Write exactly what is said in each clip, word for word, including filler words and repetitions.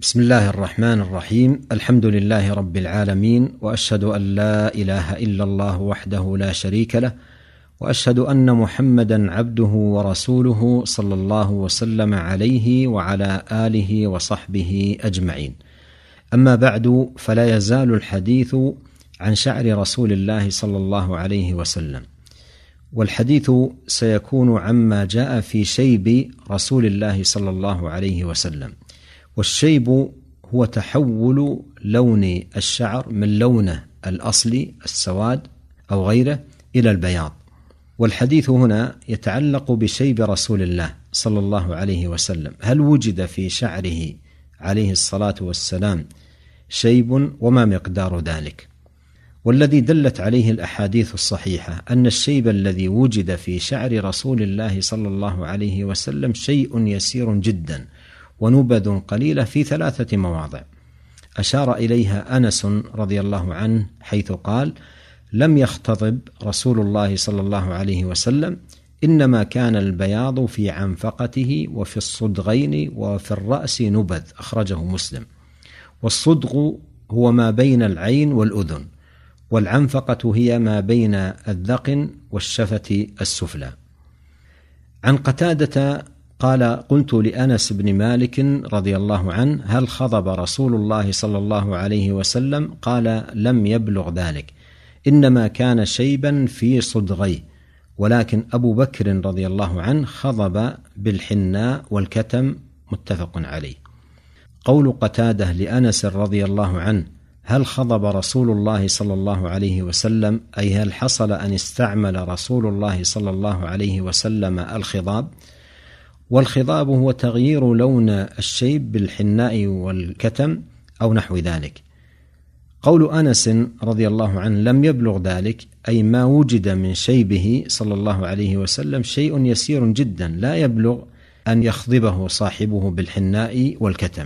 بسم الله الرحمن الرحيم. الحمد لله رب العالمين، وأشهد أن لا إله إلا الله وحده لا شريك له، وأشهد أن محمدا عبده ورسوله صلى الله وسلم عليه وعلى آله وصحبه أجمعين. أما بعد، فلا يزال الحديث عن شعر رسول الله صلى الله عليه وسلم، والحديث سيكون عما جاء في شيب رسول الله صلى الله عليه وسلم. والشيب هو تحول لون الشعر من لونه الأصلي السواد أو غيره إلى البياض. والحديث هنا يتعلق بشيب رسول الله صلى الله عليه وسلم، هل وجد في شعره عليه الصلاة والسلام شيب، وما مقدار ذلك؟ والذي دلت عليه الأحاديث الصحيحة أن الشيب الذي وجد في شعر رسول الله صلى الله عليه وسلم شيء يسير جدا ونبذ قليلة في ثلاثة مواضع أشار إليها أنس رضي الله عنه، حيث قال: لم يختضب رسول الله صلى الله عليه وسلم، إنما كان البياض في عنفقته وفي الصدغين وفي الرأس نبذ، أخرجه مسلم. والصدغ هو ما بين العين والأذن، والعنفقة هي ما بين الذقن والشفة السفلى. عن قتادة قال: قلت لأنس بن مالك رضي الله عنه: هل خضب رسول الله صلى الله عليه وسلم؟ قال: لم يبلغ ذلك، إنما كان شيبا في صدغيه، ولكن أبو بكر رضي الله عنه خضب بالحناء والكتم، متفق عليه. قول قتادة لأنس رضي الله عنه: هل خضب رسول الله صلى الله عليه وسلم، أي هل حصل أن استعمل رسول الله صلى الله عليه وسلم الخضاب؟ والخضاب هو تغيير لون الشيب بالحناء والكتم أو نحو ذلك. قول أنس رضي الله عنه لم يبلغ ذلك، أي ما وجد من شيبه صلى الله عليه وسلم شيء يسير جدا لا يبلغ أن يخضبه صاحبه بالحناء والكتم.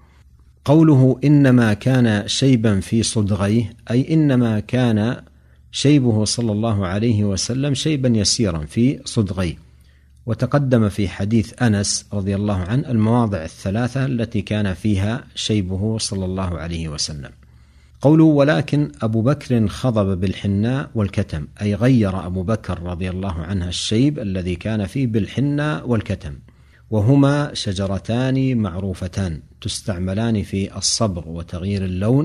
قوله إنما كان شيبا في صدغيه، أي إنما كان شيبه صلى الله عليه وسلم شيبا يسيرا في صدغيه. وتقدم في حديث أنس رضي الله عنه المواضع الثلاثة التي كان فيها شيبه صلى الله عليه وسلم. قوله ولكن أبو بكر خضب بالحناء والكتم، أي غير أبو بكر رضي الله عنه الشيب الذي كان فيه بالحناء والكتم، وهما شجرتان معروفتان تستعملان في الصبغ وتغيير اللون،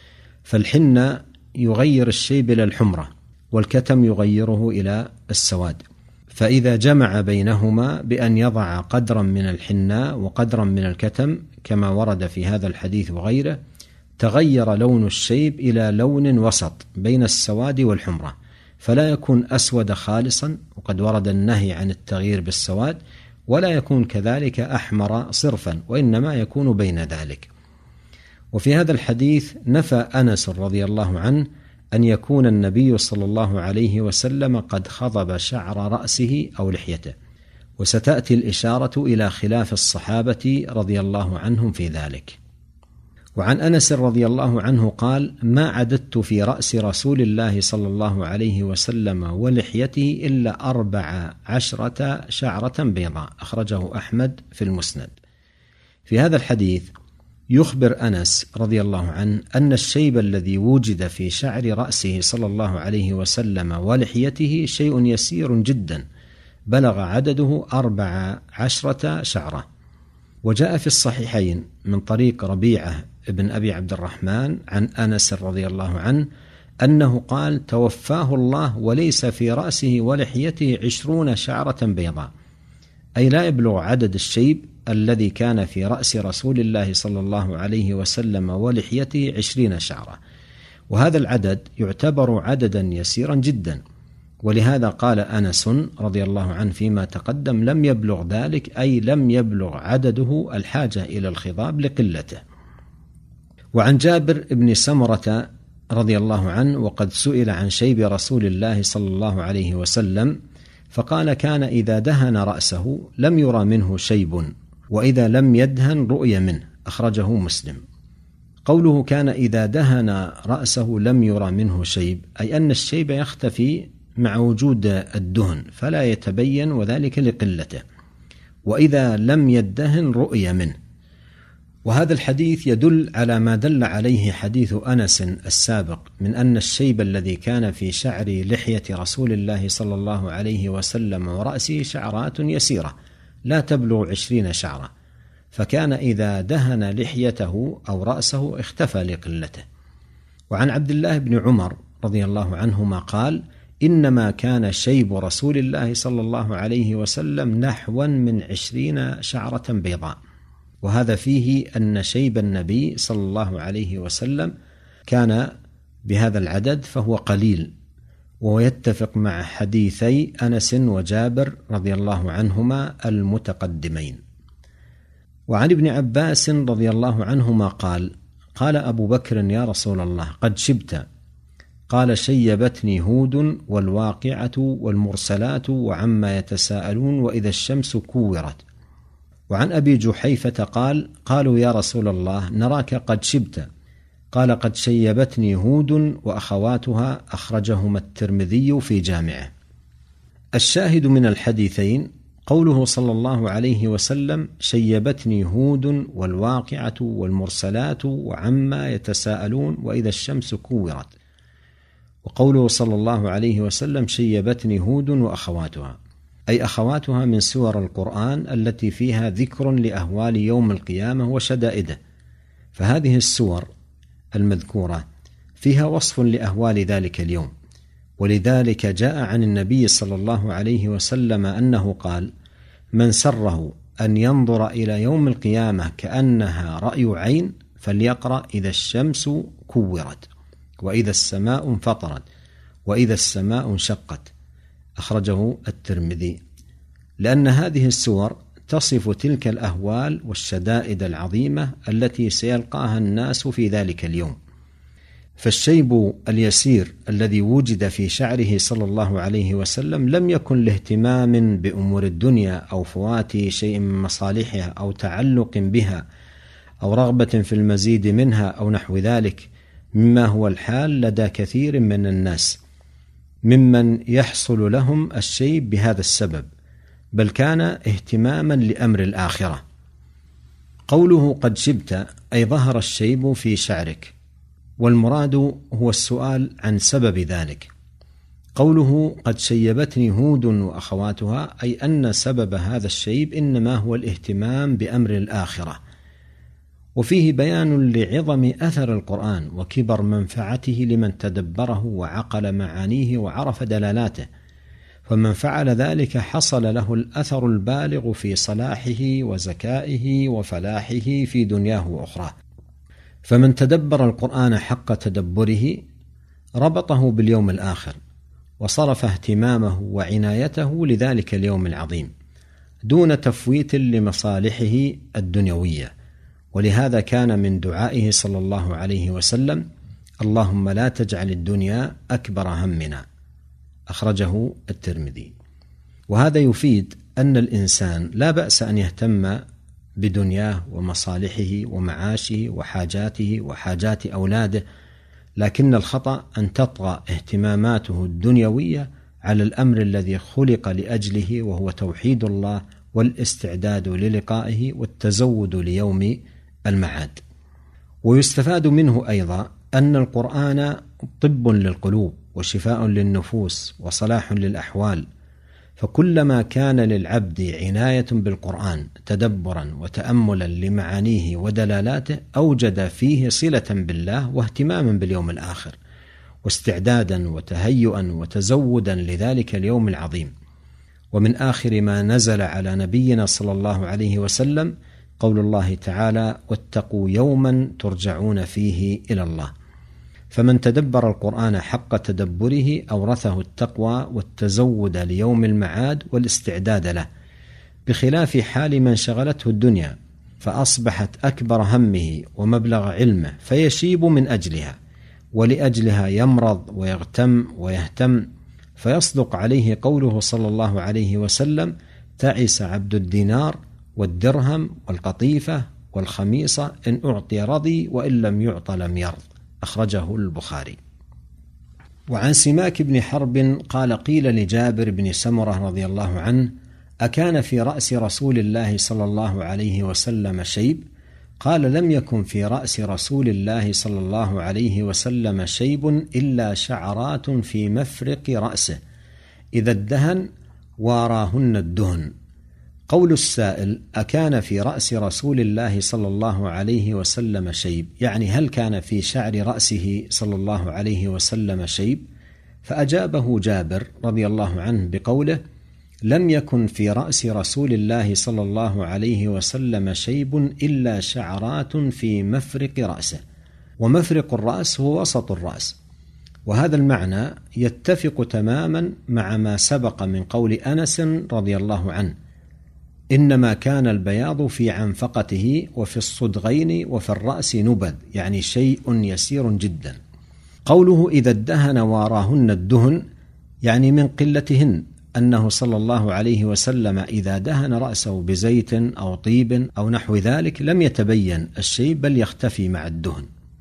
فالحناء يغير الشيب إلى الحمرة، والكتم يغيره إلى السواد. فإذا جمع بينهما بأن يضع قدرا من الحناء وقدرا من الكتم كما ورد في هذا الحديث وغيره، تغير لون الشيب إلى لون وسط بين السواد والحمرة، فلا يكون أسود خالصا، وقد ورد النهي عن التغيير بالسواد، ولا يكون كذلك أحمر صرفا، وإنما يكون بين ذلك. وفي هذا الحديث نفى أنس رضي الله عنه أن يكون النبي صلى الله عليه وسلم قد خضب شعر رأسه أو لحيته، وستأتي الإشارة إلى خلاف الصحابة رضي الله عنهم في ذلك. وعن أنس رضي الله عنه قال: ما عددت في رأس رسول الله صلى الله عليه وسلم ولحيته إلا أربع عشرة شعرة بيضاء، أخرجه أحمد في المسند. في هذا الحديث يخبر أنس رضي الله عنه أن الشيب الذي وجد في شعر رأسه صلى الله عليه وسلم ولحيته شيء يسير جدا، بلغ عدده أربع عشرة شعرة. وجاء في الصحيحين من طريق ربيعة ابن أبي عبد الرحمن عن أنس رضي الله عنه أنه قال: توفاه الله وليس في رأسه ولحيته عشرون شعرة بيضاء، أي لا يبلغ عدد الشيب الذي كان في رأس رسول الله صلى الله عليه وسلم ولحيته عشرين شعرة، وهذا العدد يعتبر عددا يسيرا جدا. ولهذا قال أنس رضي الله عنه فيما تقدم: لم يبلغ ذلك، أي لم يبلغ عدده الحاجة إلى الخضاب لقلته. وعن جابر بن سمرة رضي الله عنه وقد سئل عن شيب رسول الله صلى الله عليه وسلم فقال: كان إذا دهن رأسه لم يرى منه شيب، وإذا لم يدهن رؤي منه، أخرجه مسلم. قوله كان إذا دهن رأسه لم يرى منه شيب، أي أن الشيب يختفي مع وجود الدهن فلا يتبين، وذلك لقلته. وإذا لم يدهن رؤي منه. وهذا الحديث يدل على ما دل عليه حديث أنس السابق من أن الشيب الذي كان في شعر لحية رسول الله صلى الله عليه وسلم ورأسه شعرات يسيرة لا تبلغ عشرين شعرة، فكان إذا دهن لحيته أو رأسه اختفى لقلته. وعن عبد الله بن عمر رضي الله عنهما قال: إنما كان شيب رسول الله صلى الله عليه وسلم نحوا من عشرين شعرة بيضاء. وهذا فيه أن شيب النبي صلى الله عليه وسلم كان بهذا العدد فهو قليل، ويتفق مع حديثي أنس وجابر رضي الله عنهما المتقدمين. وعن ابن عباس رضي الله عنهما قال: قال أبو بكر: يا رسول الله قد شبت. قال: شيبتني هود والواقعة والمرسلات وعما يتساءلون وإذا الشمس كورت. وعن أبي جحيفة قال: قالوا يا رسول الله نراك قد شبت. قال: قد شيبتني هود وأخواتها، أخرجهما الترمذي في جامعه. الشاهد من الحديثين قوله صلى الله عليه وسلم: شيبتني هود والواقعة والمرسلات وعما يتساءلون وإذا الشمس كورت. وقوله صلى الله عليه وسلم: شيبتني هود وأخواتها، أي أخواتها من سور القرآن التي فيها ذكر لأهوال يوم القيامة وشدائده. فهذه السور المذكورة فيها وصف لأهوال ذلك اليوم، ولذلك جاء عن النبي صلى الله عليه وسلم أنه قال: من سره أن ينظر إلى يوم القيامة كأنها رأي عين فليقرأ إذا الشمس كورت، وإذا السماء انفطرت، وإذا السماء انشقت. أخرجه الترمذي. لأن هذه السور تصف تلك الأهوال والشدائد العظيمة التي سيلقاها الناس في ذلك اليوم. فالشيب اليسير الذي وجد في شعره صلى الله عليه وسلم لم يكن لاهتمام بأمور الدنيا أو فوات شيء من مصالحها أو تعلق بها أو رغبة في المزيد منها أو نحو ذلك، مما هو الحال لدى كثير من الناس ممن يحصل لهم الشيب بهذا السبب، بل كان اهتماما لأمر الآخرة. قوله قد شبت أي ظهر الشيب في شعرك، والمراد هو السؤال عن سبب ذلك. قوله قد شيبتني هود وأخواتها أي أن سبب هذا الشيب إنما هو الاهتمام بأمر الآخرة. وفيه بيان لعظم أثر القرآن وكبر منفعته لمن تدبره وعقل معانيه وعرف دلالاته، فمن فعل ذلك حصل له الأثر البالغ في صلاحه وزكائه وفلاحه في دنياه وأخراه. فمن تدبر القرآن حق تدبره ربطه باليوم الآخر، وصرف اهتمامه وعنايته لذلك اليوم العظيم دون تفويت لمصالحه الدنيوية. ولهذا كان من دعائه صلى الله عليه وسلم: اللهم لا تجعل الدنيا أكبر همنا. أخرجه الترمذي. وهذا يفيد أن الإنسان لا بأس أن يهتم بدنياه ومصالحه ومعاشه وحاجاته وحاجات أولاده، لكن الخطأ أن تطغى اهتماماته الدنيوية على الأمر الذي خلق لأجله، وهو توحيد الله والاستعداد للقائه والتزود ليوم المعاد. ويستفاد منه أيضا أن القرآن طب للقلوب وشفاء للنفوس وصلاح للأحوال، فكلما كان للعبد عناية بالقرآن تدبرا وتأملا لمعانيه ودلالاته أوجد فيه صلة بالله واهتماما باليوم الآخر، واستعدادا وتهيئا وتزودا لذلك اليوم العظيم. ومن آخر ما نزل على نبينا صلى الله عليه وسلم قول الله تعالى: واتقوا يوما ترجعون فيه إلى الله. فمن تدبر القرآن حق تدبره أورثه التقوى والتزود ليوم المعاد والاستعداد له، بخلاف حال من شغلته الدنيا فأصبحت أكبر همه ومبلغ علمه فيشيب من أجلها، ولأجلها يمرض ويغتم ويهتم، فيصدق عليه قوله صلى الله عليه وسلم: تعس عبد الدينار والدرهم والقطيفة والخميصة، إن أعطي رضي وإن لم يعط لم يرض. أخرجه البخاري. وعن سماك بن حرب قال: قيل لجابر بن سمرة رضي الله عنه: أكان في رأس رسول الله صلى الله عليه وسلم شيب؟ قال: لم يكن في رأس رسول الله صلى الله عليه وسلم شيب إلا شعرات في مفرق رأسه إذا ادهن واراهن الدهن. قول السائل: أكان في رأس رسول الله صلى الله عليه وسلم شيب؟ يعني هل كان في شعر رأسه صلى الله عليه وسلم شيب؟ فأجابه جابر رضي الله عنه بقوله: لم يكن في رأس رسول الله صلى الله عليه وسلم شيب إلا شعرات في مفرق رأسه. ومفرق الرأس هو وسط الرأس، وهذا المعنى يتفق تماما مع ما سبق من قول أنس رضي الله عنه: إنما كان البياض في عنفقته وفي الصدغين وفي الرأس نبذ، يعني شيء يسير جدا. قوله: إذا ادهن واراهن الدهن، يعني من قلتهن، أنه صلى الله عليه وسلم إذا دهن رأسه بزيت أو طيب أو نحو ذلك لم يتبين الشيب بل يختفي مع الدهن.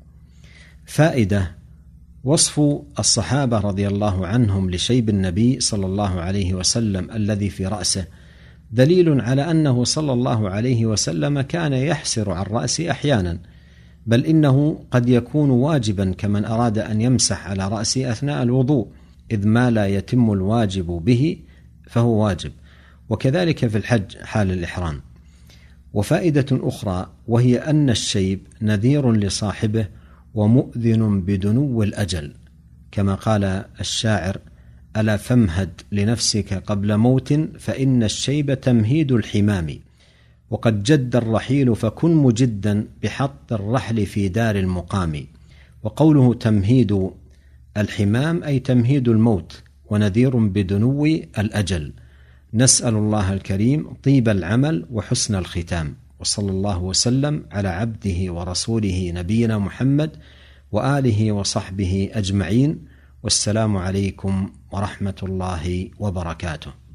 فائدة: وصف الصحابة رضي الله عنهم لشيب النبي صلى الله عليه وسلم الذي في رأسه دليل على أنه صلى الله عليه وسلم كان يحسر عن رأسه أحيانا، بل إنه قد يكون واجبا كمن أراد أن يمسح على رأسه أثناء الوضوء، إذ ما لا يتم الواجب به فهو واجب، وكذلك في الحج حال الإحرام. وفائدة أخرى وهي أن الشيب نذير لصاحبه ومؤذن بدنو الأجل، كما قال الشاعر: ألا فامهد لنفسك قبل موت فإن الشيب تمهيد الحمام، وقد جد الرحيل فكن مجدا بحط الرحل في دار المقام. وقوله تمهيد الحمام أي تمهيد الموت ونذير بدنو الأجل. نسأل الله الكريم طيب العمل وحسن الختام، وصلى الله وسلم على عبده ورسوله نبينا محمد وآله وصحبه أجمعين، والسلام عليكم ورحمة الله وبركاته.